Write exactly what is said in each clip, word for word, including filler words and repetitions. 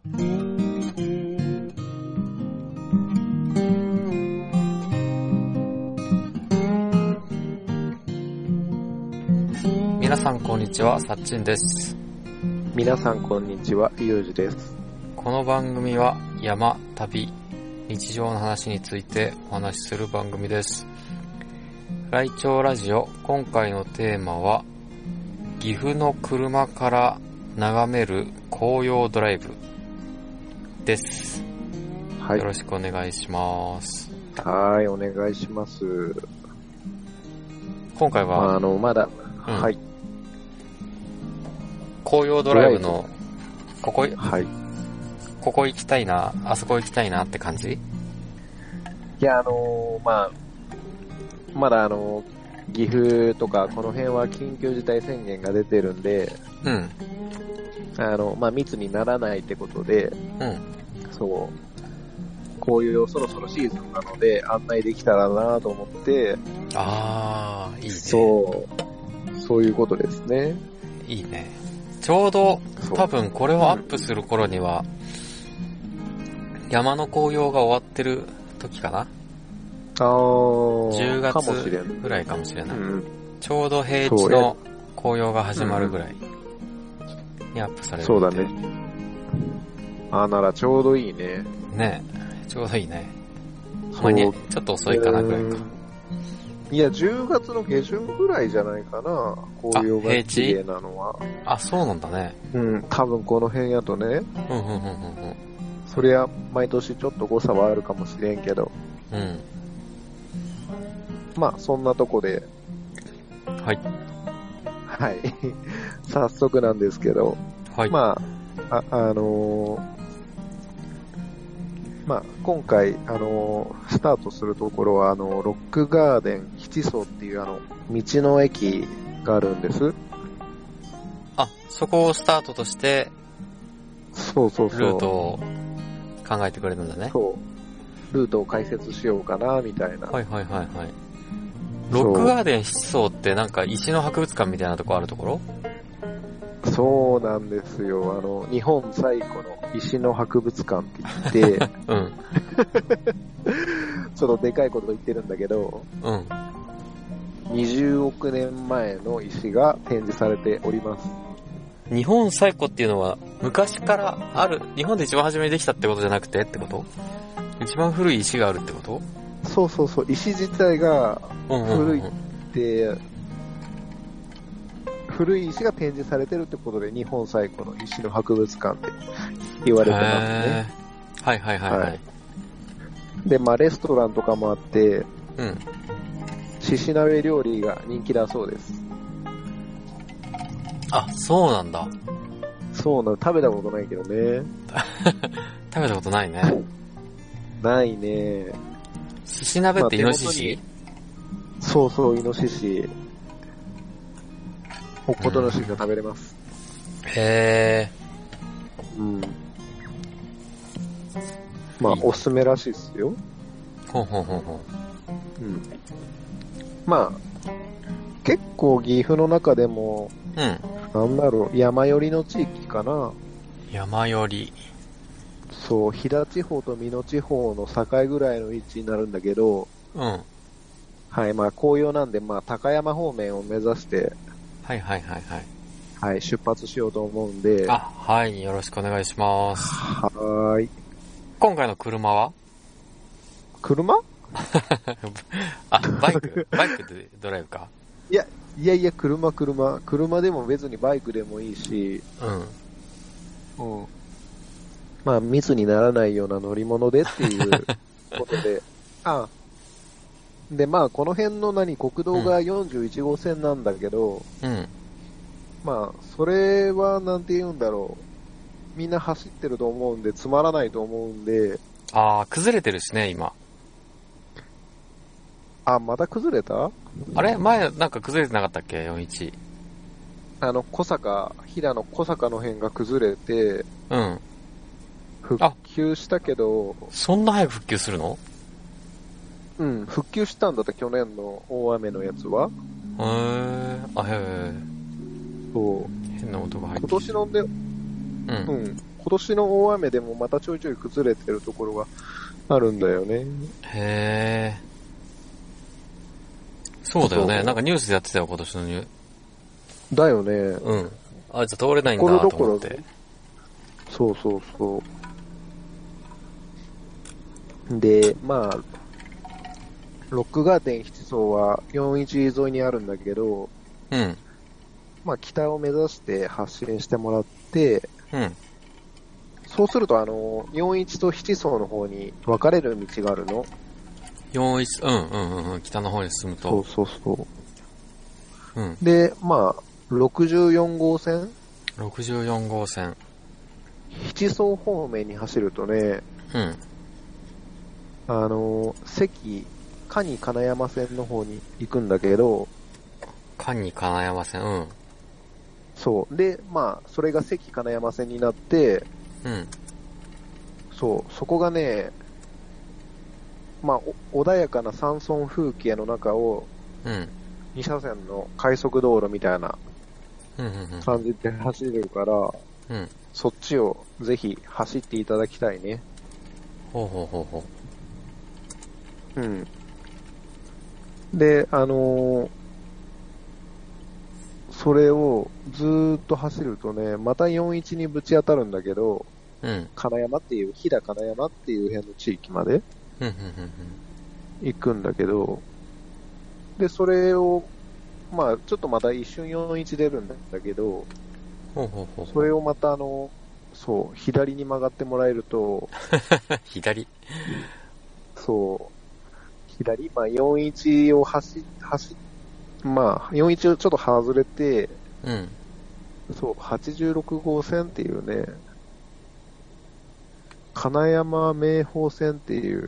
皆さんこんにちは、さっちんです。 皆さんこんにちは、ゆうじです。 この番組は山、旅、日常の話についてお話しする番組です。ライチョウラジオ、今回のテーマは岐阜の車から眺める紅葉ドライブです。はい、よろしくお願いします。 はい、お願いします。 今回は、 まあ、あのまだ、うん、はい。 紅葉ドライブのここ、 はい、 ここ行きたいな、あそこ行きたいなって感じ？いや、あのー、まあまだあの岐阜とかこの辺は緊急事態宣言が出てるんで、 うん、 あのまあ密にならないってことで、 うん、 そうこういうそろそろシーズンなので案内できたらなと思って、 ああいいね。 そうそういうことですね。 いいね。ちょうど多分これをアップする頃には、うん、山の紅葉が終わってる時かな。 あーじゅうがつぐらいかもしれない、うん、ちょうど平地の紅葉が始まるぐらいにアップされる。 そうだね。あーならちょうどいいね。 ねえ、ちょうどいいね。まあ、ちょっと遅いかなぐらいか。 いや、じゅうがつの下旬ぐらいじゃないかな、紅葉が綺麗なのは。 あ、そうなんだね。 うん、多分この辺やとね。 うんうんうんうんうん。 そりゃ毎年ちょっと誤差はあるかもしれんけど。 うん。 まあそんなとこで。 はい。 はい。早速なんですけど。 はい。 まあ、あ、あのー、まあ、今回、あのー、スタートするところは、あの、ロックガーデン七層っていうあの、道の駅があるんです。 あ、そこをスタートとして、 そうそうそう。 ルートを考えてくれるんだね。 そう。ルートを解説しようかな、みたいな。 はいはいはいはい。ロックガーデン七層ってなんか石の博物館みたいなとこあるところ？ そうなんですよ。あの、日本最古の石の博物館って言って、 うん。 ちょっとでかいこと言ってるんだけど、 うん。 にじゅうおくねんまえの石が展示されております。 日本最古っていうのは昔からある、日本で一番初めにできたってことじゃなくてってこと？一番古い石があるってこと？ そうそうそう、石自体が古いって、うんうんうん、古い石が展示されてるってことで日本最古の石の博物館って言われてますね。 はいはいはいはい。はい、 で、まあレストランとかもあって、 うん。 獅子鍋料理が人気だそうです。 あ、そうなんだ。 そうなの、食べたことないけどね。 食べたことないね。 ないね。 獅子鍋ってイノシシ？ そうそう、イノシシ。おことのしが食べれます。 へー。うん。まあ、おすすめらしいっすよ。 ほうほうほうほう。うん。まあ、結構岐阜の中でも、 うん。 なんだろう、山寄りの地域かな。 山寄り。 そう、飛騨地方と美濃地方の境ぐらいの位置になるんだけど、 うん。 はい、まあ紅葉なんで、まあ高山方面を目指して、 はいはいはいはい。 はい、出発しようと思うんで。 あ、はい、よろしくお願いします。 はーい。 今回の車は？ 車？ あ、バイクバイクでドライブか。 いや、いやいや、車、車。車でも別にバイクでもいいし、うん。うん。まあ、密にならないような乗り物でっていうことで。あで、まあ、この辺の何、国道がよんじゅういちごうせんなんだけど、 うん。 まあ、それはなんて言うんだろう。みんな走ってると思うんで、つまらないと思うんで。 ああ、崩れてるしね、今。 あ、また崩れた？ あれ前なんか崩れてなかったっけ ?よんじゅういち。 あの、小坂、平野小坂の辺が崩れて、 うん。 復旧したけど。 そんな早く復旧するの？ うん、復旧したんだって、去年の大雨のやつは。 へー、あ、へー。 そう。 変な音が入って今年ので、 うん。 うん。今今年の大雨でもまたちょいちょい崩れてるところがあるんだよね。 へー。そうだよね。なんかニュースでやってたよ、今年のニュース。 だよね。 うん。あ、じゃあ通れないんだと思って。ところどころそうそうそう。で、まあ、ロックガーデン七層はよんじゅういち沿いにあるんだけど、 うん。 まあ、北を目指して発進してもらって、 うん。 そうすると、あの、よんじゅういちと七層の方に分かれる道があるの。 よんじゅういち、うんうんうん、北の方に進むと。 そうそうそう。うん。 で、まあ、ろくじゅうよん号線 ? ろくじゅうよん号線。 七層方面に走るとね、 うん。 あの、関、蟹金山線の方に行くんだけど、 蟹金山線、うん。 そう。で、まあ、それが関金山線になって、 うん。 そう、そこがね、まあ、穏やかな山村風景の中を、 うん。 に車線の快速道路みたいな感じで走れるから、 うん。 そっちをぜひ走っていただきたいね。 ほうほうほうほう。うん。で、あのー、それをずーっと走るとね、またよんじゅういちにぶち当たるんだけど、 うん。 金山っていう、飛騨金山っていう辺の地域まで行くんだけど、で、それを、まあちょっとまた一瞬よんじゅういち出るんだけど、 ほうほうほうほう、 それをまたあの、そう、左に曲がってもらえると、 左そう、左、まあよんじゅういちを走、走、まあよんじゅういちをちょっと外れて、 うん。 そう、はちじゅうろく号線っていうね、金山名宝線っていう。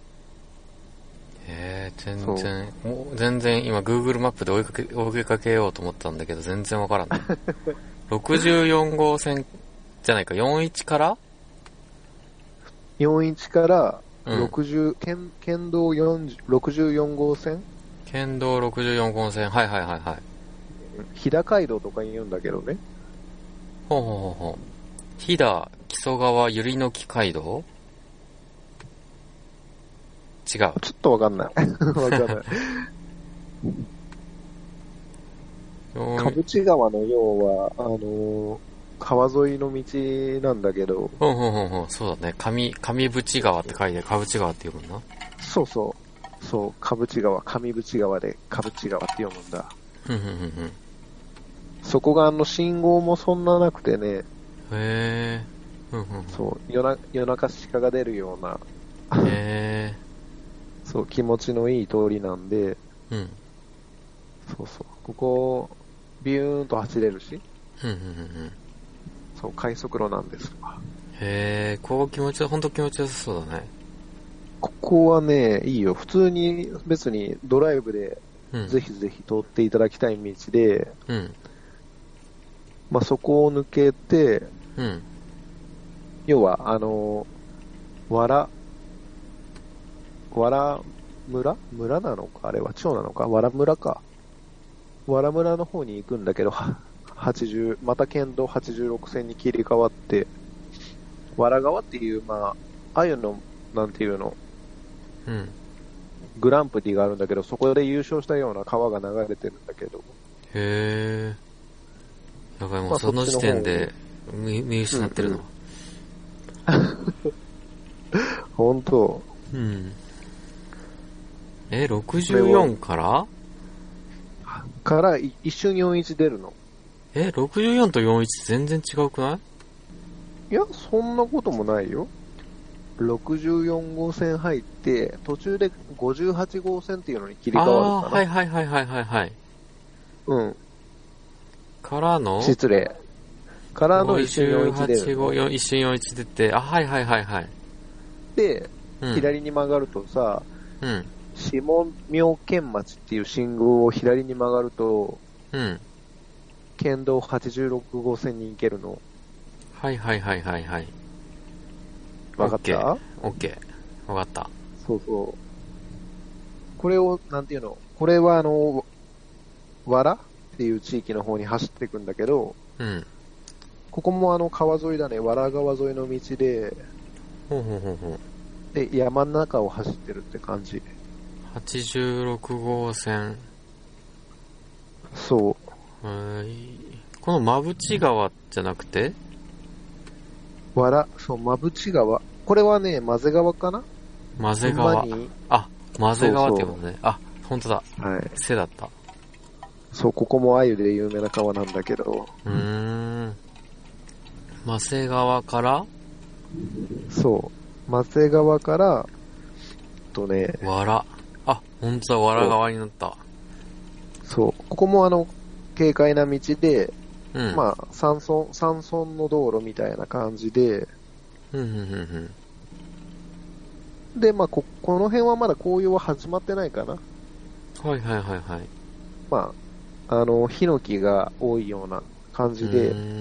えー、全然、もう全然今 Google マップで追いかけ、追いかけようと思ったんだけど全然わからない。ろくじゅうよん号線じゃないか、よんじゅういちから ?よんじゅういち からろくじゅう、うん、県、県道よんじゅう、ろくじゅうよん号線県道ろくじゅうよん号線、はいはいはいはい。 飛騨街道とか言うんだけどね。 ほうほうほうほう。飛騨木曽川ゆりの木街道違う。ちょっとわかんない。わかんない。かぶち川の要は、あのー、川沿いの道なんだけど。 ほうほうほうほう、そうだね。上、上淵川って書いて、かぶち川って読むんだ。 そうそう。そう、かぶち川、上淵川でかぶち川って読むんだ。 ふんふんふんふん。 そこがあの信号もそんななくてね。 へー。ふんふんふん。 そう、夜な夜中鹿が出るような。 へー。そう、気持ちのいい通りなんで。 うん。 そうそう。ここ、ビューンと走れるし。 ふんふんふんふん。 そう、快速路なんですわ。 へー、ここ気持ち、ほんと気持ちよさそうだね。 ここはね、いいよ。普通に別にドライブで、ぜひぜひ通っていただきたい道で、 うん。 まあ、そこを抜けて、 うん。 要は、あの、わら、わら村村なのかあれは町なのかわら村か。わら村の方に行くんだけど、はちじゅう、また県道はちじゅうろく線に切り替わって、わら川っていう、まあ、あゆの、なんていうの、 うん。 グランプリがあるんだけど、そこで優勝したような川が流れてるんだけど。 へー。やばい、もうその時点で見、見失ってるの。 うんうん、本当。 うん。え、ろくじゅうよんからから一瞬よんじゅういち出るの。 え、ろくじゅうよんとよんじゅういち全然違うくない？ いや、そんなこともないよ。ろくじゅうよん号線入って、途中でごじゅうはち号線っていうのに切り替わるかな。 あー、はいはいはいはいはいはい。 うん。 からの失礼。からの一瞬よんじゅういち出るの。 一瞬よんじゅういち出て、あ、はいはいはいはい。 で、 うん、 左に曲がるとさ、 うん。 下妙見町っていう信号を左に曲がると、 うん。 県道はちじゅうろく号線に行けるの。 はいはいはいはいはい。 わかった？ オッケー。わかった。 そうそう。これを、なんていうの？これはあの、わらっていう地域の方に走っていくんだけど、 うん。 ここもあの川沿いだね、藁川沿いの道で、 ほうほうほうほう。 で、山の中を走ってるって感じ。 はちじゅうろくごうせん。 そう。 はい。この馬淵川じゃなくて藁、そう、馬淵川。これはね、混ぜ川かな混ぜ川。あ、混ぜ川っていうことね。そうそう、あ、ほんとだ。はい。背だった。 そう、ここも鮎で有名な川なんだけど。 うーん。混ぜ川からそう。混ぜ川から、とね。 わら。あ、ほんとだ、わら川になった。 そう。ここもあの、軽快な道で、 うん、 まあ、山村、山村の道路みたいな感じで、 うんうんうんうん、で、まあこ、この辺はまだ紅葉は始まってないかな。 はいはいはいはい。 まあ、あの、ヒノキが多いような感じで、 うんうん、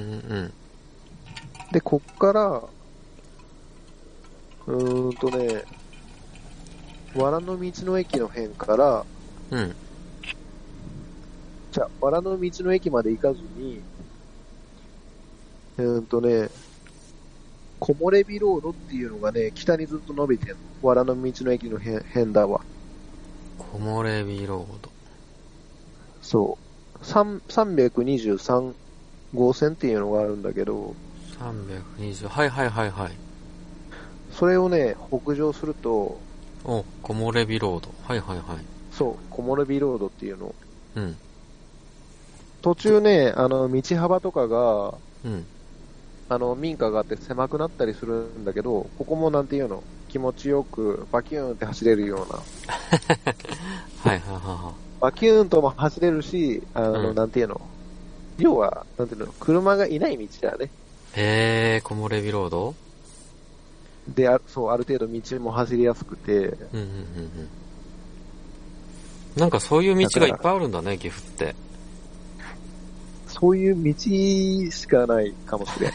で、こっから、うーんとね、藁の道の駅の辺から、 うん。 じゃあ、藁の道の駅まで行かずに、うーんとね、木漏れ日ロードっていうのがね、北にずっと伸びてるの。藁の道の駅の辺だわ。 木漏れ日ロード。 そう。さんびゃくにじゅうさん号線っていうのがあるんだけど。 さんびゃくにじゅう、はいはいはいはい。 それをね、北上すると。 お、木漏れ日ロード。はいはいはい。 そう、木漏れ日ロードっていうの。 うん。 途中ね、あの、道幅とかが、 うん。 あの、民家があって狭くなったりするんだけど、ここもなんていうの、気持ちよくバキューンって走れるような。 はいはいはい。 バキューンとも走れるし、あの、うん、なんていうの、要は、なんていうの、車がいない道だね。 へー、木漏れ日ロードで、あそう、ある程度道も走りやすくて。うんうんうんうん。なんかそういう道がいっぱいあるんだね、岐阜って。 そういう道しかないかもしれん。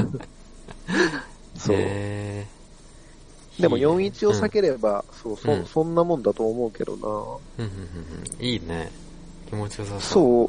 そう。でもよんじゅういちを避ければ、うん、そう、そ、うん、そんなもんだと思うけどな。 うんうんうん、いいね。気持ちよさそう。そう。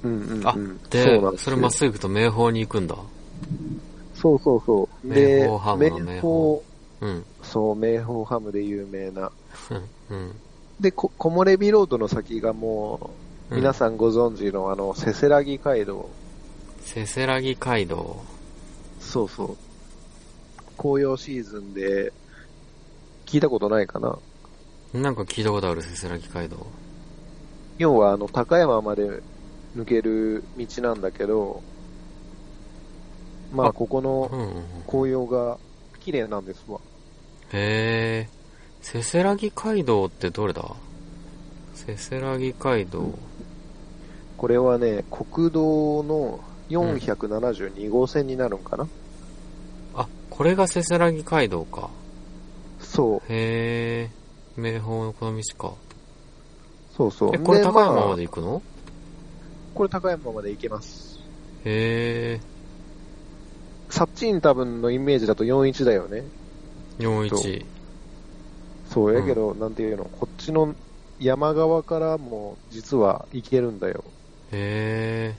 うんうん、うん。 あ、で、そうなんですそれまっすぐ行くと名峰に行くんだ。 そうそうそう。 名峰ハムの名峰。 うん。そう、名峰ハムで有名な。 うん。 で、こ、木漏れ日ロードの先がもう、皆さんご存知のあの、せせらぎ街道。 せせらぎ街道。 そうそう。紅葉シーズンで、聞いたことないかな？ なんか聞いたことある、せせらぎ街道。 要はあの、高山まで抜ける道なんだけど、まあ、ここの紅葉が綺麗なんですわ。 へー。せせらぎ街道ってどれだ？せせらぎ街道。 これはね、国道のよんひゃくななじゅうに号線になるんかな、うん、 あ、これがせせらぎ街道か。 そう。 へー。名峰のこの道か。 そうそう。 え、これ高山まで行くの？まあ、 これ高山まで行けます。 へー。サッチン多分のイメージだとよんじゅういちだよね。 よんじゅういち。 そうやけど、うん、なんていうの、こっちの山側からも実は行けるんだよ。 へ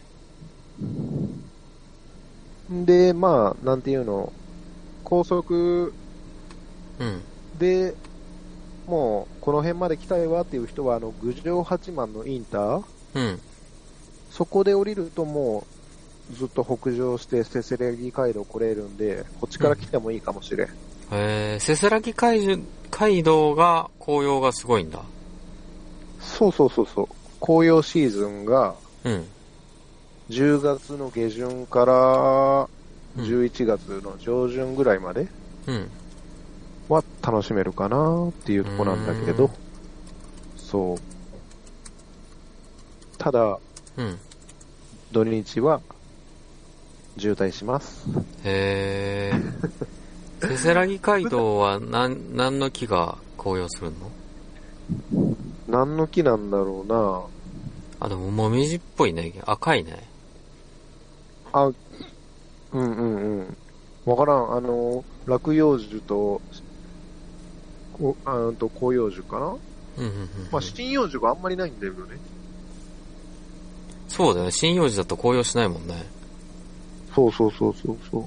ー。で、まあ、なんていうの、高速で、うん、もうこの辺まで来たいわっていう人は、あの、郡上八幡のインター、 うん、 そこで降りるともうずっと北上してせせらぎ街道来れるんで、こっちから来てもいいかもしれん。うん、 へー、せせらぎ街道が紅葉がすごいんだ。 そうそうそうそう。紅葉シーズンが、 うん。 じゅうがつの下旬からじゅういちがつの上旬ぐらいまでは楽しめるかなっていうとこなんだけど、そう。ただ、 うん、 土日は渋滞します。 へー。せせらぎ街道は何、何の木が紅葉するの？ 何の木なんだろうな。 あ、でももみじっぽいね。赤いね。 あ、うんうんうん。わからん。あの、落葉樹と、こあと広葉樹かな。 うんうんうん、うん。 まあ、針葉樹があんまりないんだよね。 そうだよね。針葉樹だと紅葉しないもんね。 そうそうそうそうそ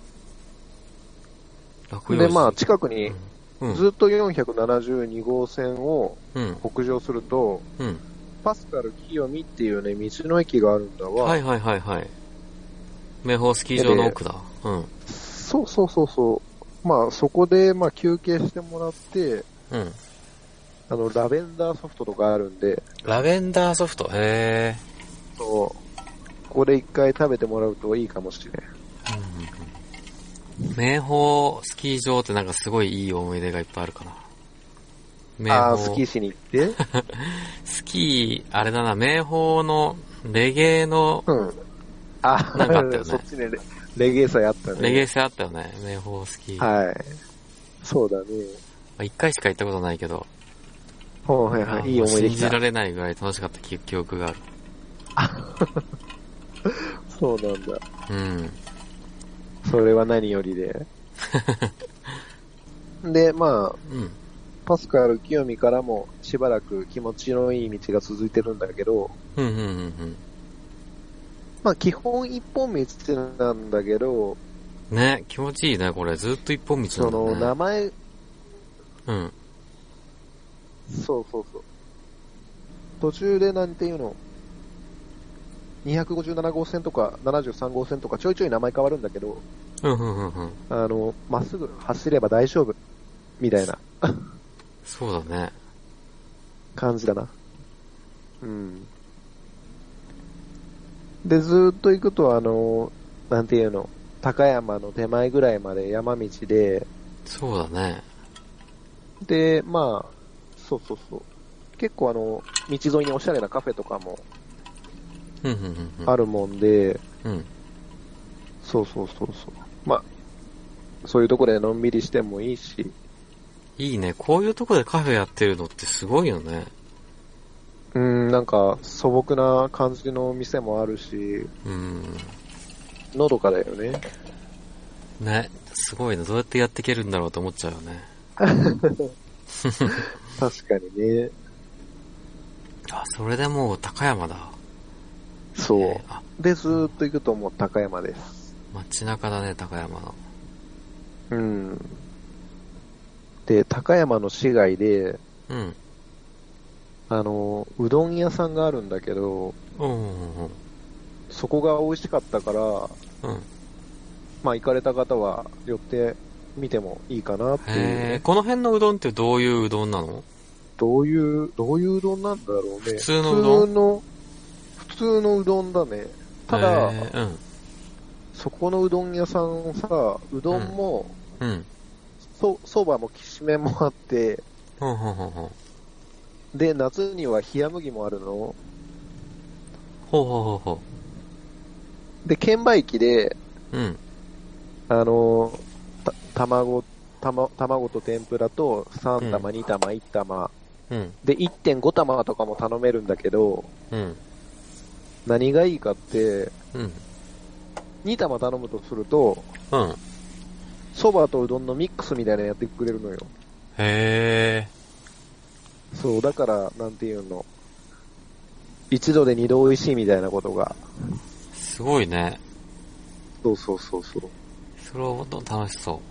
落う。で、まあ、近くに、 うん、 ずっとよんひゃくななじゅうにごうせんを北上すると、 うんうん、 パスカル清見っていうね、道の駅があるんだわ。 はいはいはいはい。名宝スキー場の奥だ。うん。 そうそうそうそう。まあ、そこで、まあ、休憩してもらって、 うん。 あの、ラベンダーソフトとかあるんで。 ラベンダーソフトへー。 そう。ここで一回食べてもらうといいかもしれない。 うんうんうん。名宝スキー場ってなんかすごいいい思い出がいっぱいあるかな。名宝。 ああ、スキーしに行ってスキー、あれだな、名宝のレゲエの、 うん。あ、 なんかあったよね。 そっちね、レ、レゲエ祭あったね。 レゲエ祭あったよね、名宝スキー。 はい。そうだね。 まあ、一回しか行ったことないけど。 はいはい、いい思い出信じられないぐらい楽しかった記記憶がある。 そうなんだ。 うん。 それは何よりで。で、まあ、 うん、 パスカル清見からもしばらく気持ちのいい道が続いてるんだけど、 うんうんうんうん、 まあ基本一本道なんだけど、 ね、気持ちいいね、これ。ずっと一本道なんだね。 その名前、 うん。 そうそうそう。途中でなんていうの、にひゃくごじゅうななごうせんとかななじゅうさんごうせんとかちょいちょい名前変わるんだけど、 うんうんうんうん。 あの、まっすぐ走れば大丈夫、みたいな。 そうだね。 感じだな。うん。で、ずーっと行くと、あの、なんていうの、高山の手前ぐらいまで山道で、 そうだね。 で、まあ、そうそうそう。結構あの、道沿いにおしゃれなカフェとかもうんうんうんうん。 あるもんで、 うん。 そうそうそうそう。まあ、そういうとこでのんびりしてもいいし。 いいね。こういうとこでカフェやってるのってすごいよね。 うん、なんか素朴な感じの店もあるし、 うん。 のどかだよね。 ね。すごいね。どうやってやっていけるんだろうと思っちゃうよね。 確かにね。 あ、それでもう高山だ。 そう。 えー、あで、ずーっと行くともう高山です。 街中だね、高山の。 うん。で、高山の市街で、 うん。 あの、うどん屋さんがあるんだけど、 うんうんうんうん。 そこが美味しかったから、 うん。 まあ行かれた方は寄ってみてもいいかなっていう、ね。 へー、この辺のうどんってどういううどんなの？ どういう、どういううどんなんだろうね。 普通のうどん？ 普通の、普通のうどんだね。ただ、 うん。 そこのうどん屋さんさ、うどんも、 うん。うん、 そ、そばもきしめんもあって、 ほんほんほんほん。 で、夏には冷麦もあるの。 ほうほうほうほで、券売機で、 う。うん。 あの、た、卵、たま、卵と天ぷらとさん玉、に玉、いち玉。 うん。 で、いってんご玉とかも頼めるんだけど、 うん。 何がいいかって、 うん。 に玉頼むとすると、 うん。 蕎麦とうどんのミックスみたいなのやってくれるのよ。 へー。 そう、だから、なんていうの。一度で二度美味しいみたいなことが。 すごいね。 そうそうそうそう。 それは本当楽しそう。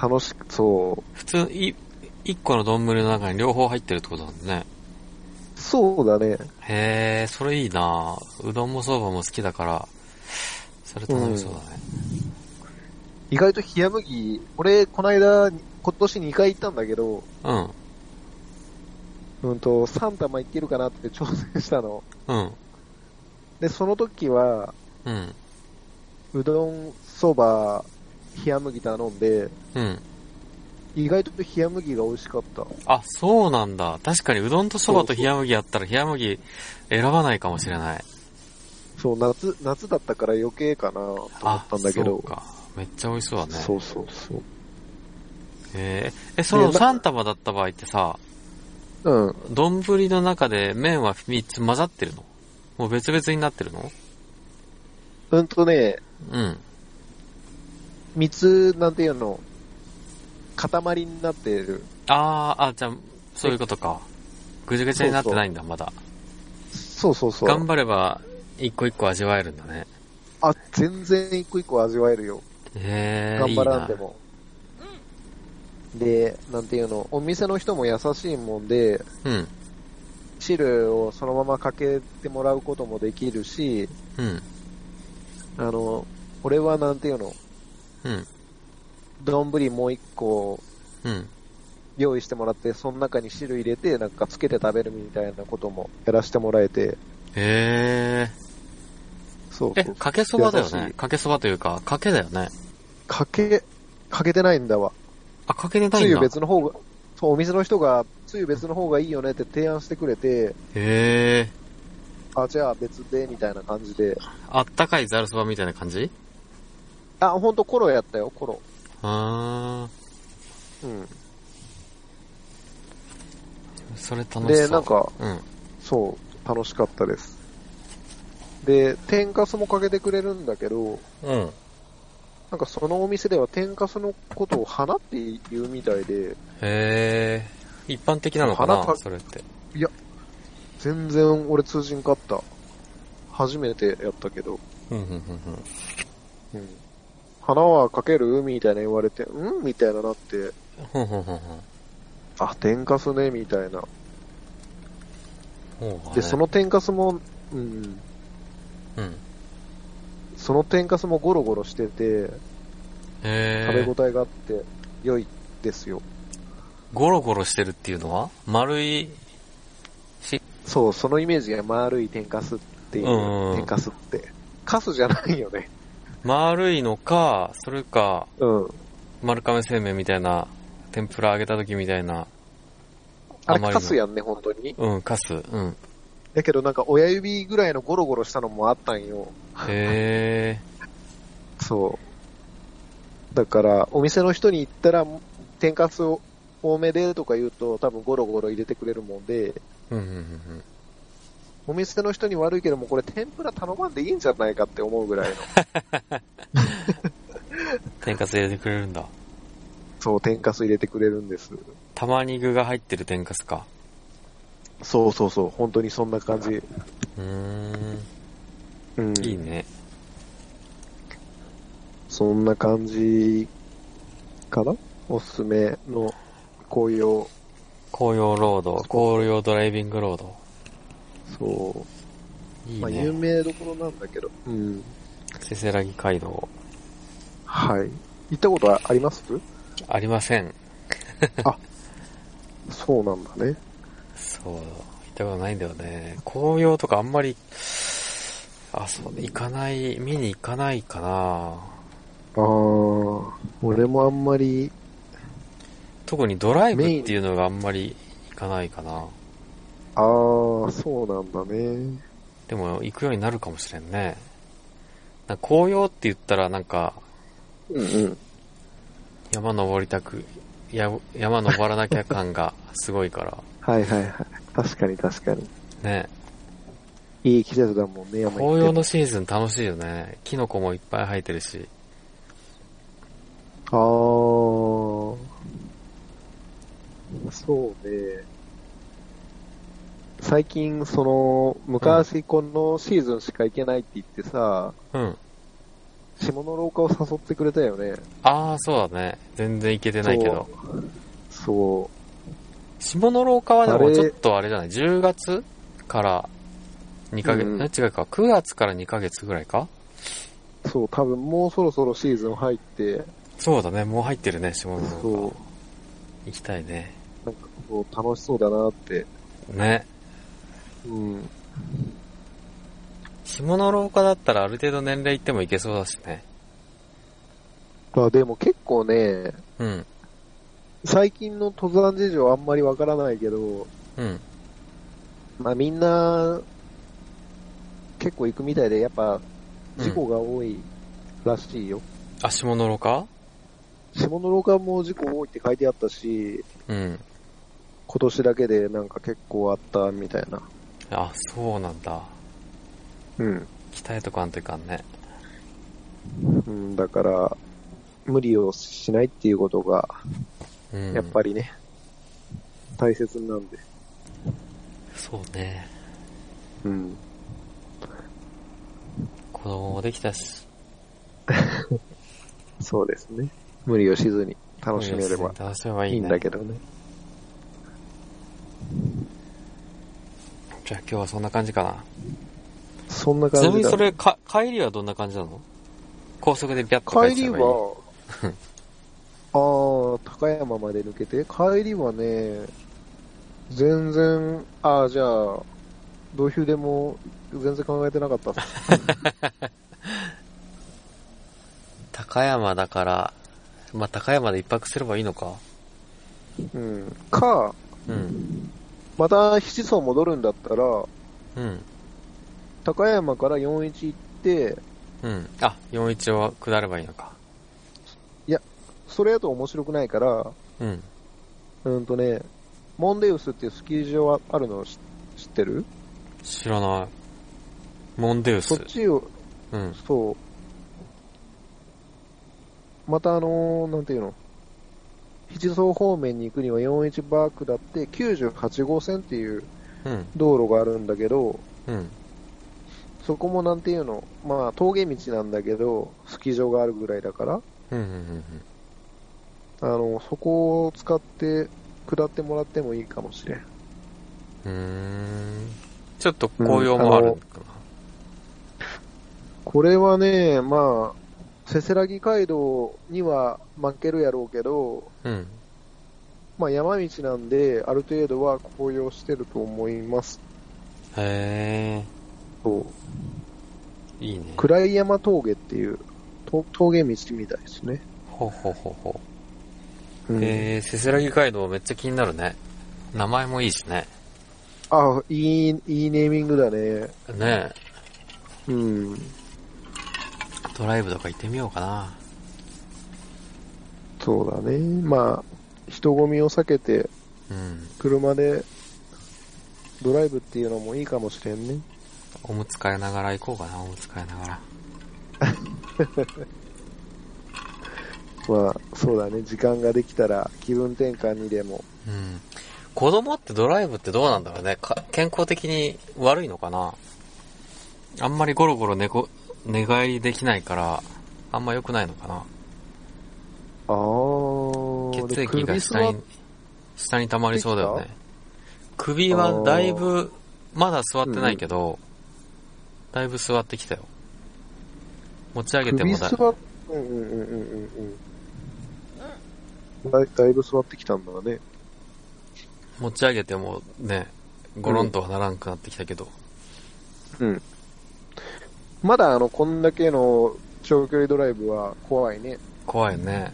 楽しく、そう。 普通、い、一個の丼の中に両方入ってるってことなんだね。 そうだね。 へー、それいいなぁ。うどんもそばも好きだから、それ楽しそうだね。 うん、意外と冷麦、俺、この間、今年にかい行ったんだけど、 うん。 うんと、さん玉いけるかなって挑戦したの。 うん。 で、その時は、 うん。 うどん、そば、冷麦頼んで、 うん。 意外と冷麦が美味しかった。 あ、そうなんだ。確かにうどんとそばと冷麦やったら冷麦選ばないかもしれない。 そう、夏、夏だったから余計かなと思ったんだけど。 そうか。めっちゃ美味しそうだね。 そうそうそう。 へえ、え、そのさん玉だった場合ってさ、 うん。 丼の中で麺はみっつ混ざってるの？もう別々になってるの？ うんとね、 うん。 三つ、なんていうの、塊になっている。 あー、あ、じゃあ、そういうことか。ぐちゃぐちゃになってないんだ、まだ。 そうそうそう。 頑張れば、一個一個味わえるんだね。 あ、全然一個一個味わえるよ。 へー。 頑張らんでも。いいで、なんていうの、お店の人も優しいもんで、 うん。 汁をそのままかけてもらうこともできるし、 うん。 あの、俺はなんていうの、 うん。 丼もう一個、 うん。 用意してもらって、その中に汁入れて、なんかつけて食べるみたいなこともやらせてもらえて。 へー。 そうそうそう。 え、かけそばだよね。かけそばというか、かけだよね。 かけ、かけてないんだわ。 あ、かけてないんだ。 つゆ別の方が、そう、お店の人が、つゆ別の方がいいよねって提案してくれて、 へー。あ、じゃあ別で、みたいな感じで。 あったかいざるそばみたいな感じ？ あ、ほんとコロやったよ、コロ。 あー。うん。 それ楽しそう。 で、なんか、 うん。 そう、楽しかったです。で、天かすもかけてくれるんだけど、 うん。 なんかそのお店では天かすのことを花って言うみたいで。 へー。一般的なのかな花かそれって。 いや、全然俺通じんかった。初めてやったけど。 うん、うん、うん、 うん。花はかけるみたいな言われて、うんみたいななって。 うん。うん、うん、うん。 あ、天かすね、みたいな。 ね、 で、その天かすも、うん。 うん。 その天かすもゴロゴロしてて、 へー。 食べ応えがあって良いですよ。 ゴロゴロしてるっていうのは丸いし、 そう、そのイメージが丸い天かすっていう、 うんうん、 天かすって。かすじゃないよね。 丸いのか、それか、 うん。 丸亀製麺みたいな、天ぷら揚げた時みたいな。 あれかすやんね、本当に。 うん、かす。うん。 だけどなんか親指ぐらいのゴロゴロしたのもあったんよ。 へー。そう。だから、お店の人に言ったら、天かすを多めでとか言うと、多分ゴロゴロ入れてくれるもんで、 うんうんうんうん、 お店の人に悪いけども、これ天ぷら頼まんでいいんじゃないかって思うぐらいの。 天かす入れてくれるんだ。 そう、天かす入れてくれるんです。 玉肉が入ってる天かすか。 そうそうそう、本当にそんな感じ。うーん。 うん。 いいね。 そんな感じかな？おすすめの紅葉。 紅葉ロード、紅葉ドライビングロード。 そう。いいね。まあ有名どころなんだけど。うん。 せせらぎ街道。 はい。行ったことはあります？ ありません。 あ、そうなんだね。 そう、行ったことないんだよね。紅葉とかあんまり、あ、そう、行かない、見に行かないかな。 ああ、俺もあんまり。 特にドライブっていうのがあんまり行かないかな。ああ、そうなんだね。 でも行くようになるかもしれんね。なんか紅葉って言ったらなんか、 うんうん。 山登りたく、や山登らなきゃ感がすごいから。 はいはいはい。確かに確かに。ね。いい季節だもんね、山行って。 紅葉のシーズン楽しいよね。キノコもいっぱい生えてるし。 あー。そうね。最近、その、昔このシーズンしか行けないって言ってさ、 うん。 下の廊下を誘ってくれたよね。 ああ、そうだね。全然行けてないけど。 そう。そう下の廊下はでもちょっとあれじゃない ?じゅう 月からにかげつ、うん、違うか、くがつからにかげつぐらいか？ そう、多分もうそろそろシーズン入って。 そうだね、もう入ってるね、下の廊下。そう。行きたいね。 なんかこう楽しそうだなって。 ね。うん。下の廊下だったらある程度年齢いっても行けそうだしね。 あ、でも結構ね、 うん。 最近の登山事情あんまりわからないけど、 うん。 まあみんな、結構行くみたいで、やっぱ、事故が多いらしいよ。 うん、あ、下の廊下？ 下の廊下も事故多いって書いてあったし、 うん。 今年だけでなんか結構あったみたいな。 あ、そうなんだ。 うん。 鍛えとかんといかんね。 うん、だから、無理をしないっていうことが、うん、やっぱりね、大切なんで。 そうね。 うん。 子供もできたし。 そうですね。無理をしずに楽しめれば楽しめばいいね。 いいんだけどね。 じゃあ今日はそんな感じかな。 そんな感じだ。 ちなみにそれか帰りはどんな感じなの？高速でビャッと帰っちゃえばいい？ 帰りはあー、高山まで抜けて、帰りはね、全然、あー、じゃあ、同級でも全然考えてなかったっす。 高山だから、まあ、高山で一泊すればいいのか。 うん。か、 うん。 また七層戻るんだったら、 うん。 高山からよんじゅういち行って、 うん。あ、よんじゅういちを下ればいいのか。 いや、それだと面白くないから、 うん。 うんとね、モンデウスっていうスキー場あるの知ってる？ 知らない。モンデウス。 そっちを、 うん。 そう。またあのー、なんていうの、七層方面に行くにはよんじゅういちバー下ってきゅうじゅうはち号線っていう道路があるんだけど、 うん。 そこもなんていうの、まあ峠道なんだけど、スキー場があるぐらいだから、 うんうんうんあの、そこを使って下ってもらってもいいかもしれん。 うーん。ちょっと紅葉もあるのかな、うん、 これはね、まあ、せせらぎ街道には負けるやろうけど、 うん。 まあ山道なんで、ある程度は紅葉してると思います。 へー。 そう。 いいね。 暗い山峠っていう、峠道みたいですね。 ほうほうほうほう。 うん、 えー、せせらぎ街道めっちゃ気になるね。名前もいいしね。 あ、いい、いいネーミングだね。 ねえ。うん。 ドライブとか行ってみようかな。 そうだね。まあ、人混みを避けて、 うん。 車でドライブっていうのもいいかもしれんね。 おむつ替えながら行こうかな、おむつ替えながら。 まあ、そうだね。時間ができたら気分転換にでも。 うん。子供ってドライブってどうなんだろうね。か健康的に悪いのかな。あんまりゴロゴロ寝こ、寝返りできないから、あんま良くないのかな。 あー。 血液が下に、下に溜まりそうだよね。首はだいぶ、まだ座ってないけど、うん、だいぶ座ってきたよ。持ち上げてもだいぶ。 うんうんうんうんうん。だい、だいぶ座ってきたんだね。 持ち上げてもね、ゴロンとはならんくなってきたけど。 うん。うん、まだあの、こんだけの長距離ドライブは怖いね。 怖いね。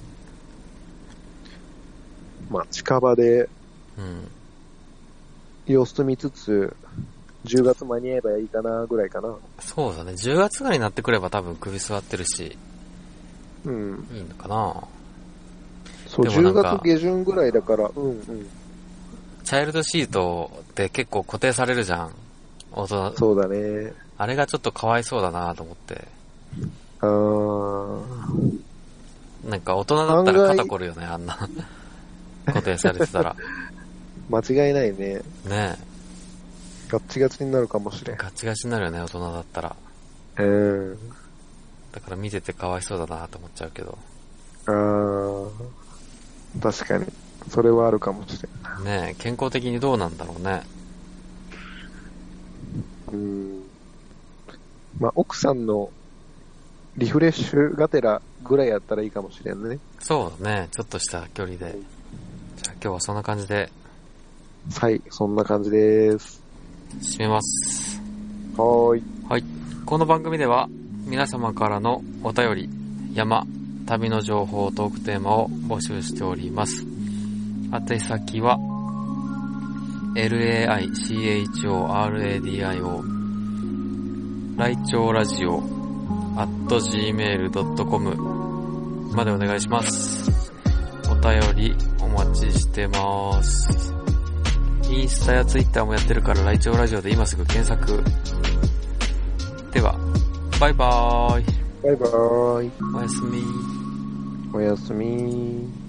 まあ、近場で、 うん。 様子見つつ、じゅうがつ間に合えばいいかなぐらいかな。 そうだね。じゅうがつぐらいになってくれば多分首座ってるし。 うん。 いいのかな。 そう、じゅうがつ下旬ぐらいだから、うんうん。 チャイルドシートって結構固定されるじゃん。大人。 そうだね。 あれがちょっとかわいそうだなと思って。 あー。 なんか大人だったら肩こるよね、あんな。固定されてたら。 間違いないね。 ねえ。 ガッチガチになるかもしれん。 ガチガチになるよね、大人だったら。 うん。 だから見ててかわいそうだなと思っちゃうけど。 あー。確かに。それはあるかもしれん。 ねえ、健康的にどうなんだろうね。 うん。まあ、奥さんのリフレッシュがてらぐらいやったらいいかもしれんね。 そうだね、ちょっとした距離で。じゃあ今日はそんな感じで。 はい、そんな感じです。 締めます。 はーい。 はい。この番組では皆様からのお便り、山、旅の情報、トークテーマを募集しております。宛先は ライチョーラディオ ライチョウラジオ アットジーメールドットコム までお願いします。お便りお待ちしてます。インスタやツイッターもやってるからライチョウラジオで今すぐ検索。では、バイバーイ。 バイバーイ。 おやすみ。 おやすみ。